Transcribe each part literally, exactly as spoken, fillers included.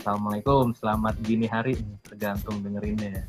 Assalamualaikum, selamat dini hari, tergantung dengerinnya ya.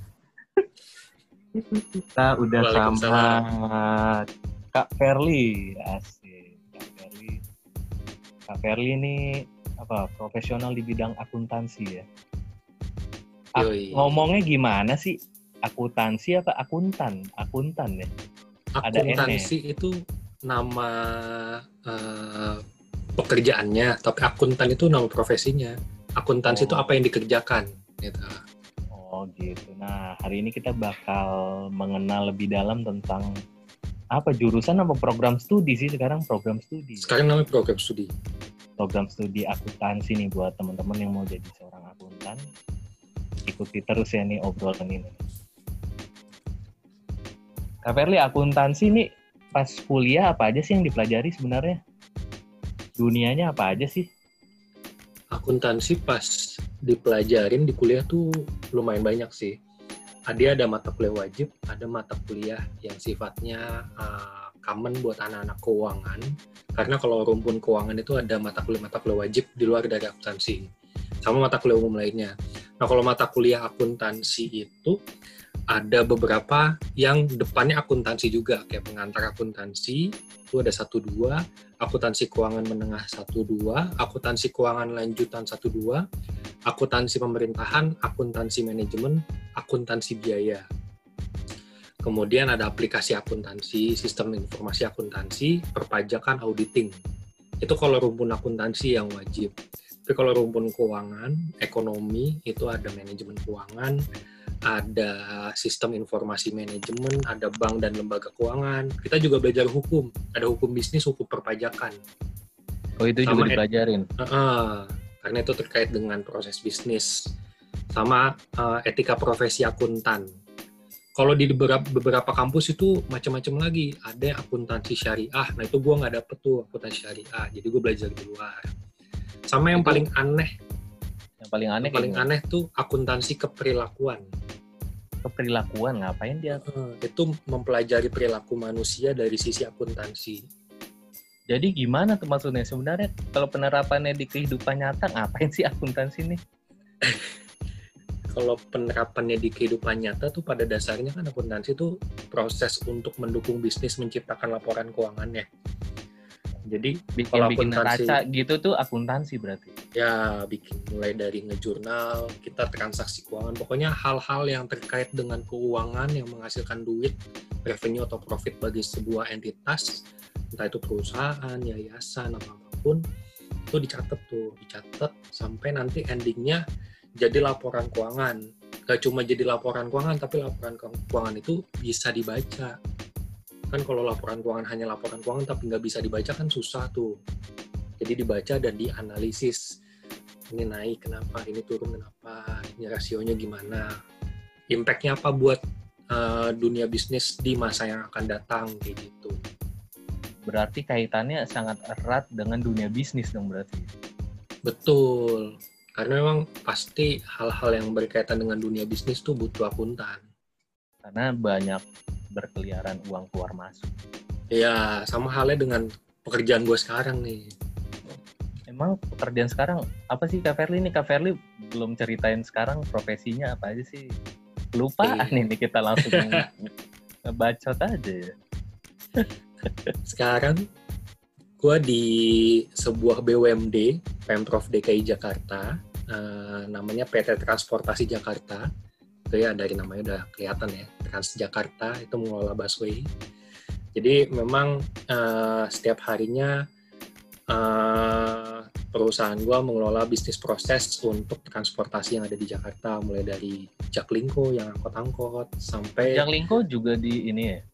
Kita udah sama Kak Ferly, asik. Kak Ferly, Kak Ferly ini apa? Profesional di bidang akuntansi ya. Ak- ngomongnya gimana sih? Akuntansi apa akuntan? Akuntan ya. Akuntansi itu nama uh, pekerjaannya, tapi akuntan itu nama profesinya. Akuntansi oh. itu apa yang dikerjakan gitu. Oh gitu. Nah, hari ini kita bakal mengenal lebih dalam tentang apa jurusan apa program studi sih sekarang program studi. Sekarang namanya program studi. Program studi akuntansi nih buat teman-teman yang mau jadi seorang akuntan. Ikuti terus ya nih obrolan ini. Kak Ferly, akuntansi nih pas kuliah apa aja sih yang dipelajari sebenarnya? Dunianya apa aja sih? Akuntansi pas dipelajarin di kuliah tuh lumayan banyak sih. Ada ada mata kuliah wajib, ada mata kuliah yang sifatnya uh, common buat anak-anak keuangan. Karena kalau rumpun keuangan itu ada mata kuliah-mata kuliah wajib di luar dari akuntansi. Sama mata kuliah umum lainnya. Nah, kalau mata kuliah akuntansi itu ada beberapa yang depannya akuntansi juga, kayak pengantar akuntansi, itu ada satu dua, akuntansi keuangan menengah satu dua, akuntansi keuangan lanjutan satu dua, akuntansi pemerintahan, akuntansi manajemen, akuntansi biaya. Kemudian ada aplikasi akuntansi, sistem informasi akuntansi, perpajakan, auditing. Itu kalau rumpun akuntansi yang wajib. Tapi kalau rumpun keuangan, ekonomi, itu ada manajemen keuangan, ada sistem informasi manajemen, ada bank dan lembaga keuangan. Kita juga belajar hukum, ada hukum bisnis, hukum perpajakan. Oh itu sama juga dipelajarin? Et- uh, karena itu terkait dengan proses bisnis. Sama uh, etika profesi akuntan. Kalau di beberapa, beberapa kampus itu macam-macam lagi. Ada akuntansi syariah, nah itu gue nggak dapet tuh akuntansi syariah, jadi gue belajar di luar. Sama yang itu, paling aneh, yang paling aneh, yang paling aneh tuh akuntansi keperilakuan. Keperilakuan ngapain dia? Uh, itu mempelajari perilaku manusia dari sisi akuntansi. Jadi gimana tuh maksudnya sebenarnya kalau penerapannya di kehidupan nyata ngapain sih akuntansi nih? Kalau penerapannya di kehidupan nyata tuh pada dasarnya kan akuntansi itu proses untuk mendukung bisnis menciptakan laporan keuangannya. Jadi bikin, kalau bikin neraca gitu tuh akuntansi berarti? Ya bikin mulai dari ngejurnal, kita transaksi keuangan, pokoknya hal-hal yang terkait dengan keuangan yang menghasilkan duit, revenue atau profit bagi sebuah entitas, entah itu perusahaan, yayasan, atau apapun, itu dicatat tuh, dicatat sampai nanti endingnya jadi laporan keuangan. Gak cuma jadi laporan keuangan, tapi laporan keuangan itu bisa dibaca. Kan kalau laporan keuangan hanya laporan keuangan tapi nggak bisa dibaca kan susah tuh. Jadi dibaca dan dianalisis. Ini naik kenapa, ini turun kenapa, ini rasionya gimana, impact-nya apa buat uh, dunia bisnis di masa yang akan datang, kayak gitu. Berarti kaitannya sangat erat dengan dunia bisnis dong berarti? Betul, karena memang pasti hal-hal yang berkaitan dengan dunia bisnis tuh butuh akuntan. Karena banyak berkeliaran uang keluar masuk. Iya, sama halnya dengan pekerjaan gue sekarang nih. Emang pekerjaan sekarang apa sih Kak Ferly nih? Kak Ferly belum ceritain sekarang profesinya apa aja sih? Lupa nih, nih kita langsung ngebacot aja ya. Sekarang gue di sebuah B U M D Pemprov D K I Jakarta, uh, namanya P T Transportasi Jakarta. Itu ya dari namanya udah kelihatan ya, Transjakarta, itu mengelola busway. Jadi memang uh, setiap harinya uh, perusahaan gue mengelola bisnis proses untuk transportasi yang ada di Jakarta, mulai dari Jaklingko yang angkot-angkot sampai Jaklingko juga di ini ya?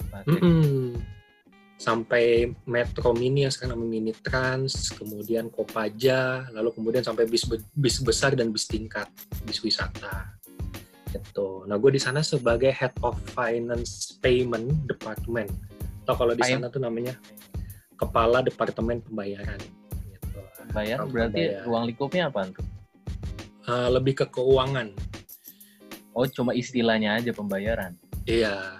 Sampai Metro Mini yang sekarang namanya Mini Trans, kemudian Kopaja, lalu kemudian sampai bis, bis besar dan bis tingkat, bis wisata. Gitu. Nah, gue di sana sebagai Head of Finance Payment Department. Atau kalau di sana tuh namanya Kepala Departemen Pembayaran. Gitu. Pembayaran berarti pembayaran. Ruang lingkupnya apa tuh? Uh, lebih ke keuangan. Oh, cuma istilahnya aja pembayaran? Iya.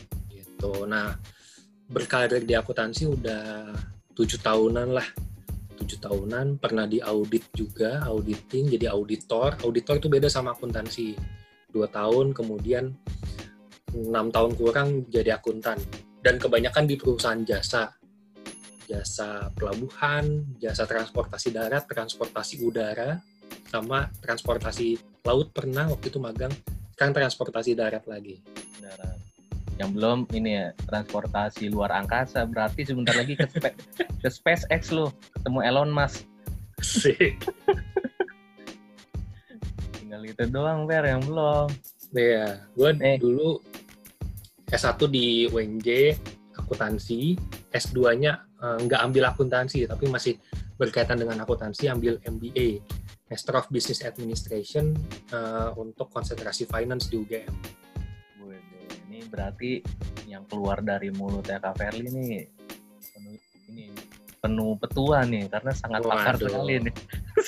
Gitu. Nah, berkarir di akuntansi udah tujuh tahunan lah. tujuh tahunan, pernah di audit juga, auditing, jadi auditor. Auditor itu beda sama akuntansi. Dua tahun, kemudian enam tahun kurang jadi akuntan. Dan kebanyakan di perusahaan jasa. Jasa pelabuhan, jasa transportasi darat, transportasi udara, sama transportasi laut pernah waktu itu magang. Sekarang transportasi darat lagi. Darat. Yang belum ini ya, transportasi luar angkasa. Berarti sebentar lagi ke, spe- ke SpaceX lo, ketemu Elon Musk. Sih. Tinggal itu doang, Fer, yang belum. Iya, gue Eh. dulu S satu di U N J, akuntansi. S dua-nya eh, nggak ambil akuntansi, tapi masih berkaitan dengan akuntansi, ambil M B A, Master of Business Administration, eh, untuk konsentrasi finance di U G M. Ini berarti yang keluar dari mulutnya Kak Ferly ini penuh, ini penuh petua nih, karena sangat pakar sekali nih.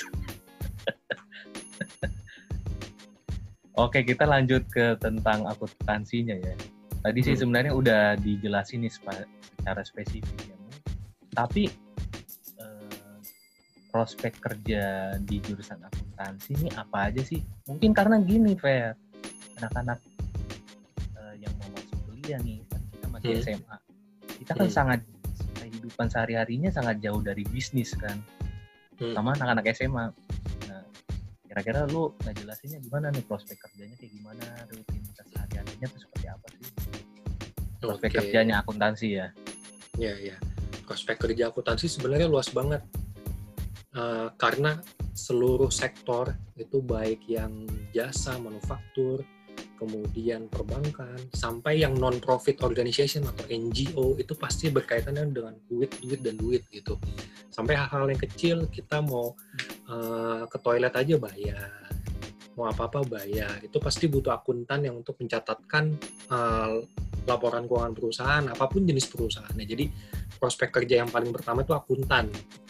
Oke, kita lanjut ke tentang akuntansinya ya. Tadi sih hmm. sebenarnya udah dijelasin nih secara spesifik ya. Tapi eh, prospek kerja di jurusan akuntansi ini apa aja sih? Mungkin karena gini, Fer, anak-anak yang mau masuk kuliah nih, kan kita masih hmm. S M A, kita kan hmm. sangat kehidupan sehari-harinya sangat jauh dari bisnis kan, hmm. sama anak-anak S M A. Nah, kira-kira lu ngejelasinnya gimana nih, prospek kerjanya kayak gimana, rutinitas sehari-harinya tuh seperti apa sih? Prospek okay. kerjanya akuntansi ya? Iya, iya. Prospek kerja akuntansi sebenarnya luas banget, uh, karena seluruh sektor itu baik yang jasa, manufaktur, kemudian perbankan, sampai yang non-profit organization atau N G O itu pasti berkaitan dengan duit, duit, dan duit gitu. Sampai hal-hal yang kecil, kita mau uh, ke toilet aja bayar, mau apa-apa bayar, itu pasti butuh akuntan yang untuk mencatatkan uh, laporan keuangan perusahaan, apapun jenis perusahaannya. Jadi prospek kerja yang paling pertama itu akuntan.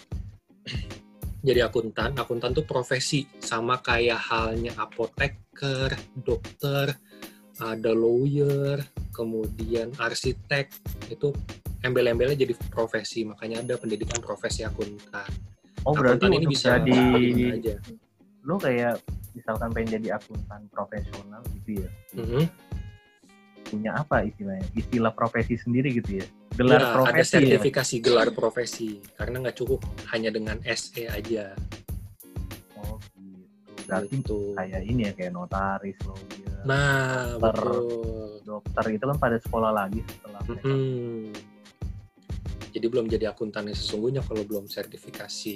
Jadi akuntan, akuntan tuh profesi, sama kayak halnya apoteker, dokter, ada lawyer, kemudian arsitek, itu embel-embelnya jadi profesi, makanya ada pendidikan profesi akuntan. Oh, berarti akuntan ini bisa jadi aja. Lo kayak misalkan pengen jadi akuntan profesional gitu ya? Mm-hmm. Punya apa istilahnya? Istilah profesi sendiri gitu ya? Gelar ya, profesi ada sertifikasi ya? Gelar profesi, karena nggak cukup hanya dengan S E aja. Oh gitu. Berarti gitu. Kayak ini ya, kayak notaris, lawyer. Nah, dokter, betul. Dokter itu kan pada sekolah lagi setelah hmm. Jadi belum jadi akuntan yang sesungguhnya kalau belum sertifikasi.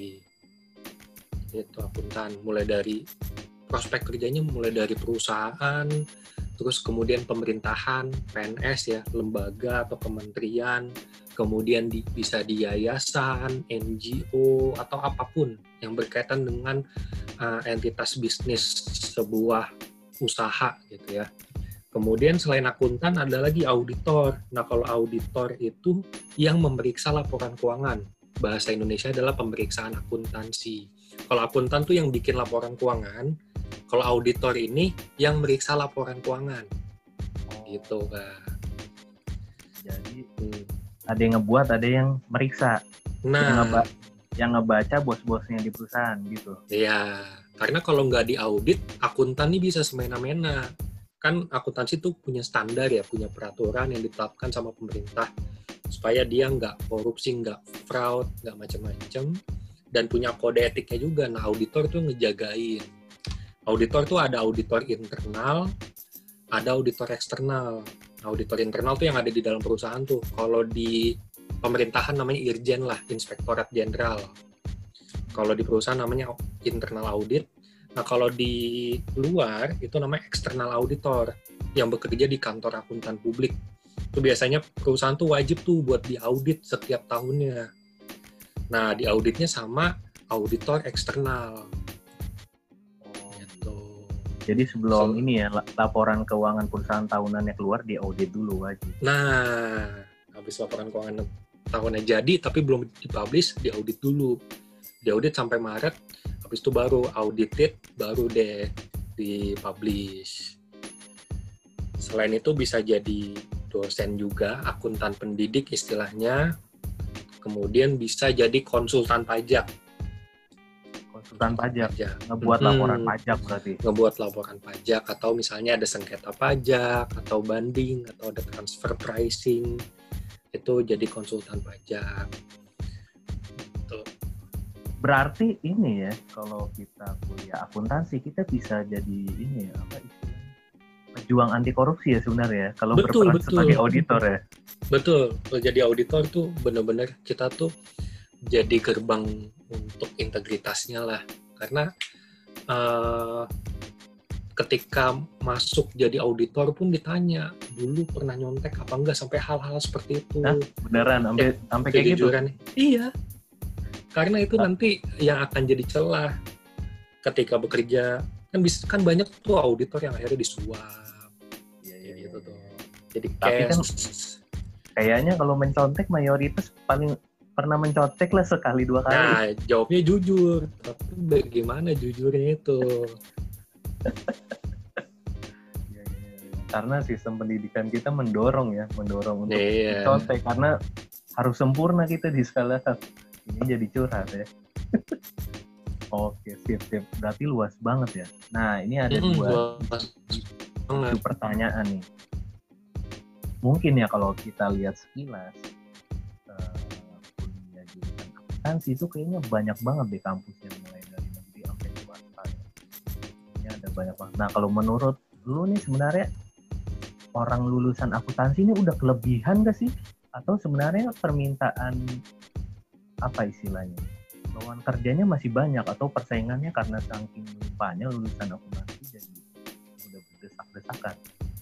Itu akuntan, mulai dari prospek kerjanya mulai dari perusahaan, terus kemudian pemerintahan, P N S ya, lembaga atau kementerian, kemudian di, bisa di yayasan, N G O, atau apapun yang berkaitan dengan uh, entitas bisnis sebuah usaha gitu ya. Kemudian selain akuntan ada lagi auditor. Nah, kalau auditor itu yang memeriksa laporan keuangan. Bahasa Indonesia adalah pemeriksaan akuntansi. Kalau akuntan tuh yang bikin laporan keuangan, kalau auditor ini yang meriksa laporan keuangan. Oh. Gitu kan. Jadi hmm. ada yang ngebuat, ada yang meriksa. Nah, yang, ngeba- yang ngebaca bos-bosnya di perusahaan gitu. Iya, karena kalau nggak diaudit, akuntan ini bisa semena-mena. Kan akuntansi tuh punya standar ya, punya peraturan yang ditetapkan sama pemerintah supaya dia nggak korupsi, nggak fraud, nggak macam-macam, dan punya kode etiknya juga. Nah, auditor tuh ngejagain. Auditor tuh ada auditor internal, ada auditor eksternal. Auditor internal tuh yang ada di dalam perusahaan tuh. Kalau di pemerintahan namanya Irjen lah, Inspektorat Jenderal. Kalau di perusahaan namanya internal audit. Nah, kalau di luar itu namanya eksternal auditor yang bekerja di kantor akuntan publik. Itu biasanya perusahaan tuh wajib tuh buat diaudit setiap tahunnya. Nah, diauditnya sama auditor eksternal. Jadi sebelum so, ini ya, laporan keuangan perusahaan tahunannya keluar, diaudit dulu wajib. Nah, habis laporan keuangan tahunnya jadi, tapi belum dipublish, diaudit dulu. Diaudit sampai Maret, habis itu baru audited, baru deh dipublish. Selain itu bisa jadi dosen juga, akuntan pendidik istilahnya. Kemudian bisa jadi konsultan pajak. konsultan pajak, pajak. ngebuat Hmm. laporan pajak berarti. Ngebuat laporan pajak, atau misalnya ada sengketa pajak, atau banding, atau ada transfer pricing, itu jadi konsultan pajak. Tuh. Berarti ini ya, kalau kita kuliah akuntansi, kita bisa jadi ini ya, apa istilahnya, pejuang anti korupsi ya sebenarnya, kalau Betul, berperan betul. sebagai auditor ya. Betul, kalau jadi auditor tuh benar-benar kita tuh jadi gerbang untuk integritasnya lah. Karena uh, ketika masuk jadi auditor pun ditanya, dulu pernah nyontek apa enggak, sampai hal-hal seperti itu. Hah? Beneran, sampai Ya, sampai kayak gitu? Iya, karena itu nanti yang akan jadi celah ketika bekerja. Kan bisa, kan banyak tuh auditor yang akhirnya disuap. Iya, iya, Gitu iya. tuh. Jadi Tapi cash. kan kayaknya kalau mencontek mayoritas paling pernah mencontek lah sekali dua kali. Nah, jawabnya jujur. Tapi bagaimana jujurnya itu? Ya, ya, ya. Karena sistem pendidikan kita mendorong ya, mendorong untuk Iya. mencontek karena harus sempurna kita di skala ini jadi curhat ya. Oke, sip, sip. Berarti luas banget ya. Nah, ini ada Mm-mm, dua luas isu pertanyaan nih. Mungkin ya kalau kita lihat sekilas, uh, kuliah jurusan akuntansi itu kayaknya banyak banget di kampus yang mulai dari negeri sampai swasta. Ini ada banyak banget. Nah, kalau menurut lu nih sebenarnya orang lulusan akuntansi ini udah kelebihan gak sih? Atau sebenarnya permintaan apa istilahnya? Lawan kerjanya masih banyak atau persaingannya karena saking limpahnya lulusan akuntansi jadi udah berdesak-desakan?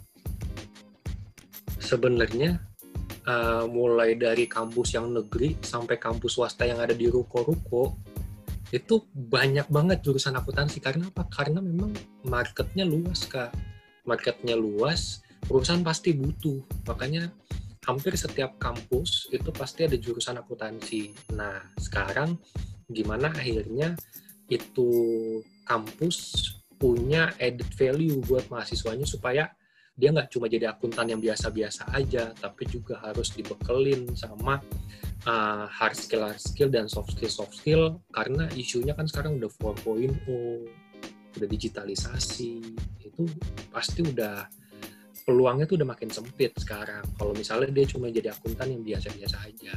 Sebenarnya uh, mulai dari kampus yang negeri sampai kampus swasta yang ada di ruko-ruko itu banyak banget jurusan akuntansi. Karena apa? Karena memang marketnya luas, Kak. Marketnya luas, perusahaan pasti butuh. Makanya hampir setiap kampus itu pasti ada jurusan akuntansi. Nah, sekarang gimana akhirnya itu kampus punya added value buat mahasiswanya supaya dia nggak cuma jadi akuntan yang biasa-biasa aja, tapi juga harus dibekelin sama uh, hard skill, hard skill dan soft skill, soft skill, karena isunya kan sekarang udah empat titik nol, udah digitalisasi, itu pasti udah peluangnya tuh udah makin sempit sekarang. Kalau misalnya dia cuma jadi akuntan yang biasa-biasa aja.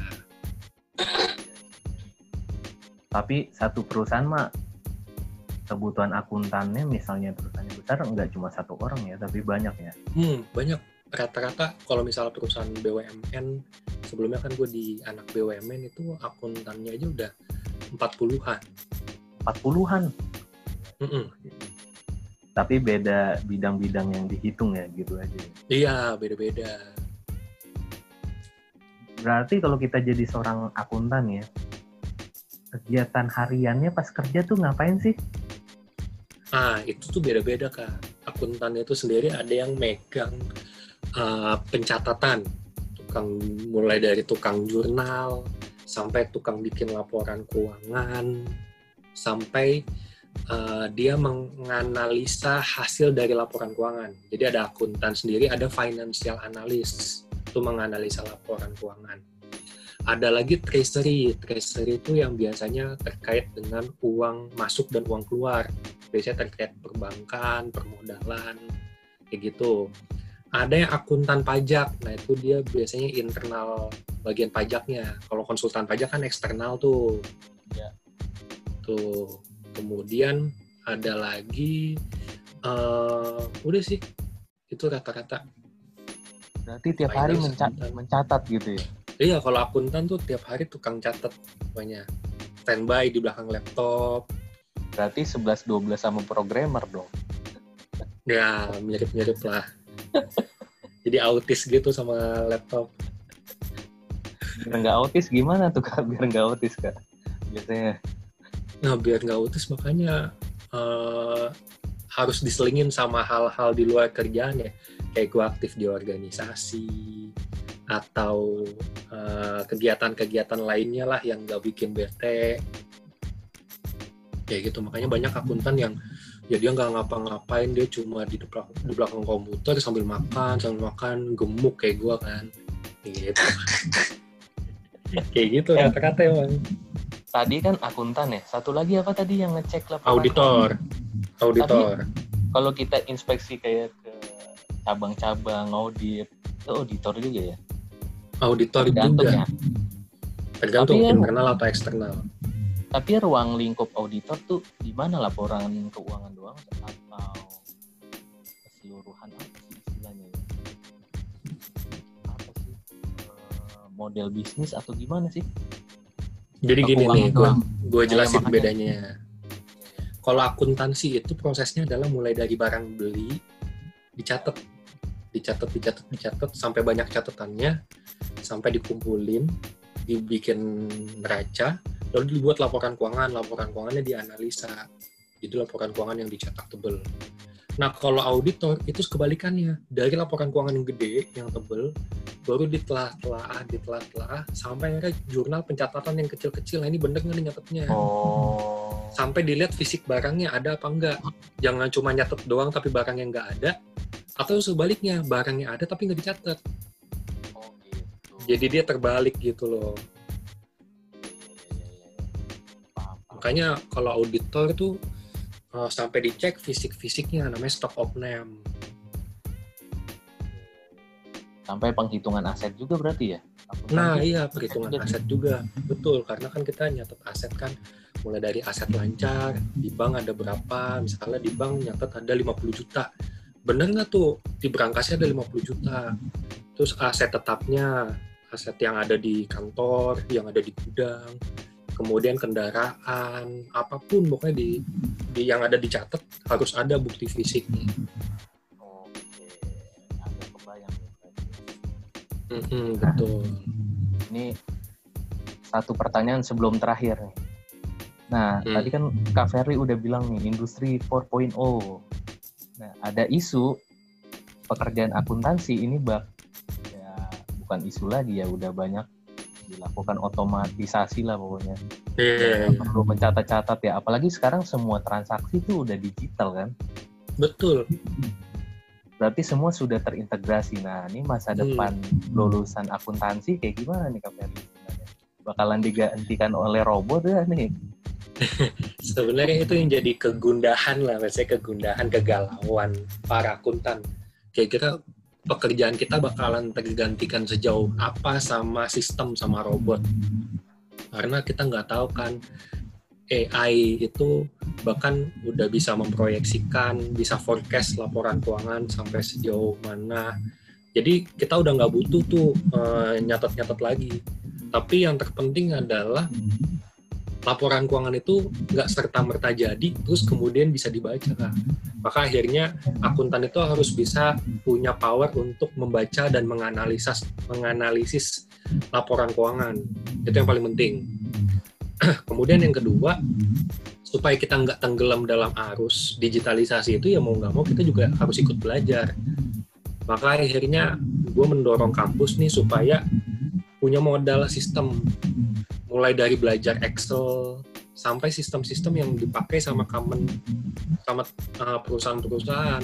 Tapi satu perusahaan mah kebutuhan akuntannya misalnya perusahaannya besar nggak cuma satu orang ya, tapi banyak ya. Hmm, banyak. Rata-rata kalau misalnya perusahaan B U M N, sebelumnya kan gue di anak B U M N itu akuntannya aja udah empat puluhan. empat puluhan? Mm-mm. Tapi beda bidang-bidang yang dihitung ya, gitu aja. Iya, beda-beda. Berarti kalau kita jadi seorang akuntan ya, kegiatan hariannya pas kerja tuh ngapain sih? Ah, itu tuh beda-beda, Kak. Akuntan itu sendiri ada yang megang uh, pencatatan. Tukang mulai dari tukang jurnal, sampai tukang bikin laporan keuangan, sampai uh, dia menganalisa hasil dari laporan keuangan. Jadi ada akuntan sendiri, ada financial analyst, itu menganalisa laporan keuangan. Ada lagi treasury. Treasury itu yang biasanya terkait dengan uang masuk dan uang keluar. Biasanya terkait perbankan, permodalan, kayak gitu. Ada yang akuntan pajak. Nah, itu dia biasanya internal bagian pajaknya. Kalau konsultan pajak kan eksternal tuh. Ya. Tuh. Kemudian ada lagi, uh, udah sih, itu rata-rata. Berarti tiap hari menca- mencatat gitu ya? Iya, kalau akuntan tuh tiap hari tukang catat pokoknya. Standby di belakang laptop. Berarti sebelas dua belas sama programmer dong? Ya, mirip-mirip lah. Jadi autis gitu sama laptop. Biar nggak autis gimana tuh, Kak? Biar nggak autis, Kak? Biasanya. Nah, biar nggak autis makanya uh, harus diselingin sama hal-hal di luar kerjaan ya. Kayak gue aktif di organisasi, atau uh, kegiatan-kegiatan lainnya lah yang nggak bikin bete. Kayak gitu, makanya banyak akuntan yang ya dia nggak ngapa-ngapain, dia cuma di belakang, di belakang komputer sambil makan, sambil makan, gemuk kayak gue kan. Gitu. Kayak gitu rata-rata emang. tadi kan akuntan ya. Satu lagi apa tadi yang ngecek laporan? Auditor. Auditor. Tapi kalau kita inspeksi kayak ke cabang-cabang audit, itu auditor juga ya? Auditor Tergantung juga. ya. Tergantung Tapi ya- internal atau eksternal. Tapi ruang lingkup auditor tuh di mana, laporan keuangan doang atau keseluruhan, apa sih istilahnya ya? Apa sih? Eh, model bisnis atau gimana sih? Jadi Atau gini keuangan nih, gue doang? gue Nah, jelasin ya, makanya. bedanya. Kalau akuntansi itu prosesnya adalah mulai dari barang beli, dicatat, dicatat, dicatat, dicatat sampai banyak catatannya, sampai dikumpulin, dibikin neraca, lalu dibuat laporan keuangan. Laporan keuangannya dianalisa, itu laporan keuangan yang dicetak tebel. Nah, kalau auditor itu kebalikannya, dari laporan keuangan yang gede, yang tebel, baru ditelah-telah, ditelah-telah, sampai akhirnya jurnal pencatatan yang kecil-kecil. Nah, ini bener nggak nih nyatetnya? Oh. Sampai dilihat fisik barangnya ada apa enggak. Jangan cuma nyatet doang tapi barangnya nggak ada, atau sebaliknya, barangnya ada tapi nggak dicatat. Oh gitu. Jadi dia terbalik gitu loh. Paham, paham. Makanya kalau auditor tuh uh, sampai dicek fisik-fisiknya, namanya stock of name. Sampai penghitungan aset juga berarti ya? Akuntansi Nah iya, perhitungan juga. aset juga. Betul, karena kan kita nyatet aset kan mulai dari aset lancar, di bank ada berapa, misalnya di bank nyatet ada lima puluh juta. Bener nggak tuh, di berangkasnya ada lima puluh juta. Terus aset tetapnya, aset yang ada di kantor, yang ada di gudang, kemudian kendaraan, apapun pokoknya di, di yang ada dicatat harus ada bukti fisiknya. Oke, agak kebayang nih berarti. Mm-hmm, betul. Ini satu pertanyaan sebelum terakhir nih. Nah, Hmm. tadi kan Kak Ferry udah bilang nih, industri empat titik nol. Nah, ada isu pekerjaan akuntansi ini bak ya bukan isu lagi ya, udah banyak dilakukan otomatisasi lah pokoknya. Yeah. Nggak perlu mencatat-catat ya, apalagi sekarang semua transaksi tuh udah digital kan. Betul. Berarti semua sudah terintegrasi. Nah, ini masa Hmm. depan lulusan akuntansi kayak gimana nih Kak Ferry sebenarnya? Bakalan digantikan oleh robot ya nih? Sebenarnya itu yang jadi kegundahan lah, maksudnya kegundahan, kegalauan para akuntan. Kira-kira pekerjaan kita bakalan tergantikan sejauh apa sama sistem, sama robot. Karena kita nggak tahu kan, A I itu bahkan udah bisa memproyeksikan, bisa forecast laporan keuangan sampai sejauh mana. Jadi kita udah nggak butuh tuh uh, nyatet-nyatet lagi. Tapi yang terpenting adalah laporan keuangan itu nggak serta-merta jadi, terus kemudian bisa dibaca. Maka akhirnya akuntan itu harus bisa punya power untuk membaca dan menganalisis, menganalisis laporan keuangan. Itu yang paling penting. Kemudian yang kedua, supaya kita nggak tenggelam dalam arus digitalisasi itu, ya mau nggak mau kita juga harus ikut belajar. Maka akhirnya gue mendorong kampus nih supaya punya modal sistem, mulai dari belajar Excel sampai sistem-sistem yang dipakai sama common sama uh, perusahaan-perusahaan,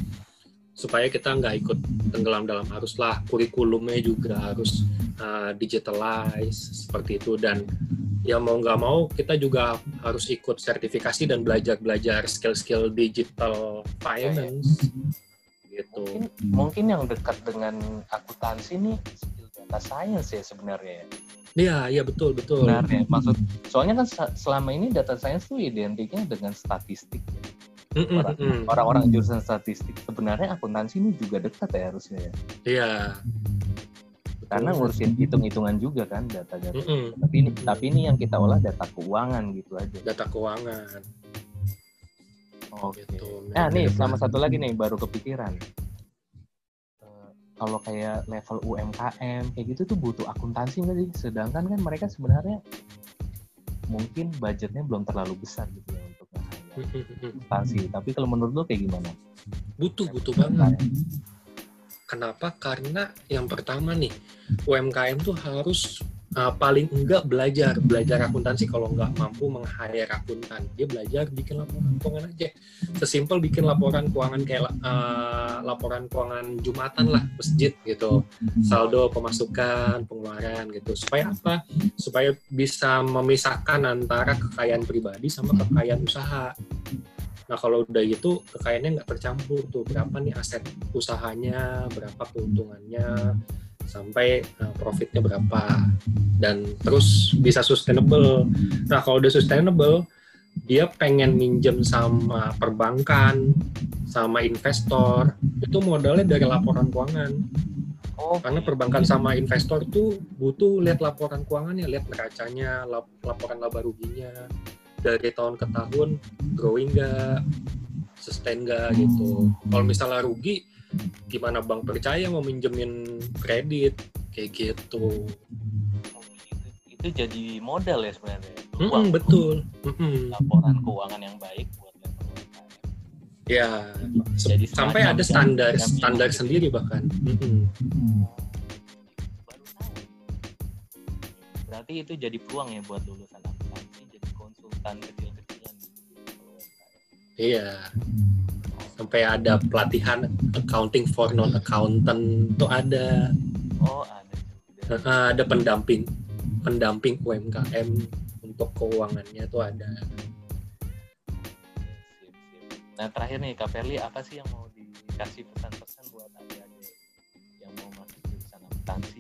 supaya kita nggak ikut tenggelam dalam arus lah. Kurikulumnya juga harus uh, digitalize seperti itu, dan ya mau nggak mau kita juga harus ikut sertifikasi dan belajar-belajar skill-skill digital finance gitu. Mungkin, mungkin yang dekat dengan akuntansi nih skill data science ya sebenarnya ya. Iya, iya betul, betul. Benar ya, maksud soalnya kan selama ini data science tuh identiknya dengan statistik ya. Mm-mm, Orang, mm. orang-orang jurusan statistik, sebenarnya akuntansi ini juga dekat ya harusnya ya. Iya. Karena ngurusin hitung-hitungan juga kan data-data. Mm-mm. Tapi ini tapi ini yang kita olah data keuangan gitu aja. Data keuangan. Oke. Gitu. Nah, nih sama satu lagi nih baru kepikiran. Uh, kalau kayak level U M K M kayak gitu tuh butuh akuntansi nggak sih? Sedangkan kan mereka sebenarnya mungkin budgetnya belum terlalu besar gitu ya untuk akuntansi. Tapi kalau menurut lo kayak gimana? Butuh, butuh banget. Kenapa? Karena yang pertama nih, U M K M tuh harus uh, paling enggak belajar belajar akuntansi. Kalau nggak mampu meng-hire akuntan, dia belajar bikin laporan keuangan aja. Sesimpel bikin laporan keuangan kayak uh, laporan keuangan Jumatan lah, masjid gitu, saldo, pemasukan, pengeluaran gitu. Supaya apa? Supaya bisa memisahkan antara kekayaan pribadi sama kekayaan usaha. Nah kalau udah gitu kekayaannya nggak tercampur tuh, berapa nih aset usahanya, berapa keuntungannya, sampai uh, profitnya berapa, dan terus bisa sustainable. Nah kalau udah sustainable, dia pengen minjem sama perbankan, sama investor, itu modalnya dari laporan keuangan. Oh, karena perbankan sama investor tuh butuh lihat laporan keuangannya, lihat neracanya, lap- laporan laba ruginya, dari tahun ke tahun growing nggak, sustain nggak gitu. Kalau misalnya rugi, gimana bank percaya mau minjemin kredit kayak gitu. Oh, itu, itu jadi modal ya sebenarnya. Mm-mm, betul. Mm-mm. Laporan keuangan yang baik buat level U M K M. Ya, jadi sampai ada standar standar sendiri bahkan. Mm-mm. Baru tahu. Berarti itu jadi peluang ya buat lulusan akuntansi jadi konsultan kecil-kecilan gitu. Iya. Sampai ada pelatihan accounting for non-accountant tuh ada. Oh, ada juga. Uh, ada pendamping pendamping U M K M untuk keuangannya tuh ada. Sip, sip. Nah terakhir nih Kak Perli, apa sih yang mau dikasih pesan-pesan buat adik-adik yang mau masuk jurusan akuntansi?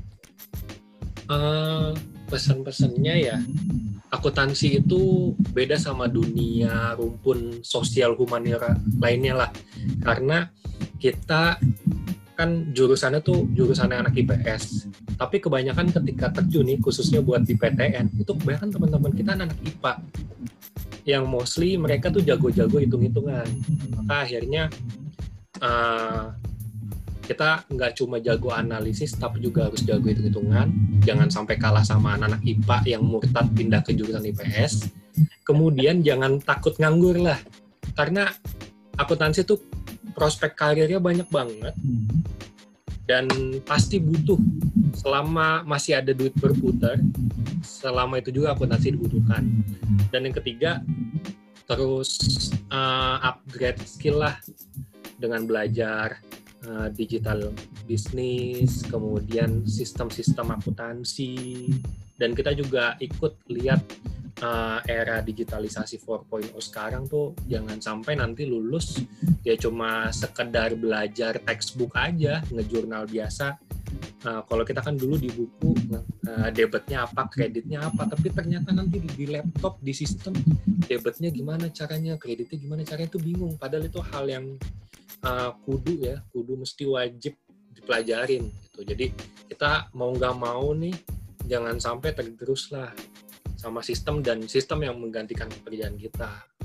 Uh, pesan-pesannya ya, akuntansi itu beda sama dunia rumpun sosial humaniora lainnya lah, karena kita kan jurusannya tuh jurusannya anak I P S, tapi kebanyakan ketika terjun nih khususnya buat di P T N itu kebanyakan teman-teman kita anak I P A yang mostly mereka tuh jago-jago hitung-hitungan, maka akhirnya uh, kita nggak cuma jago analisis tapi juga harus jago hitung-hitungan, jangan sampai kalah sama anak-anak I P A yang murtad pindah ke jurusan I P S. Kemudian jangan takut nganggur lah, karena akuntansi tuh prospek karirnya banyak banget dan pasti butuh selama masih ada duit berputar, selama itu juga akuntansi dibutuhkan. Dan yang ketiga, terus uh, upgrade skill lah dengan belajar uh, digital bisnis, kemudian sistem-sistem akuntansi, dan kita juga ikut lihat uh, era digitalisasi empat titik nol sekarang tuh. Jangan sampai nanti lulus ya cuma sekedar belajar textbook aja, ngejurnal biasa. Nah, kalau kita kan dulu di buku uh, debitnya apa, kreditnya apa, tapi ternyata nanti di, di laptop, di sistem debitnya gimana caranya, kreditnya gimana caranya, itu bingung. Padahal itu hal yang uh, kudu ya, kudu mesti wajib dipelajarin gitu. Jadi kita mau nggak mau nih jangan sampai tergerus lah sama sistem dan sistem yang menggantikan pekerjaan kita.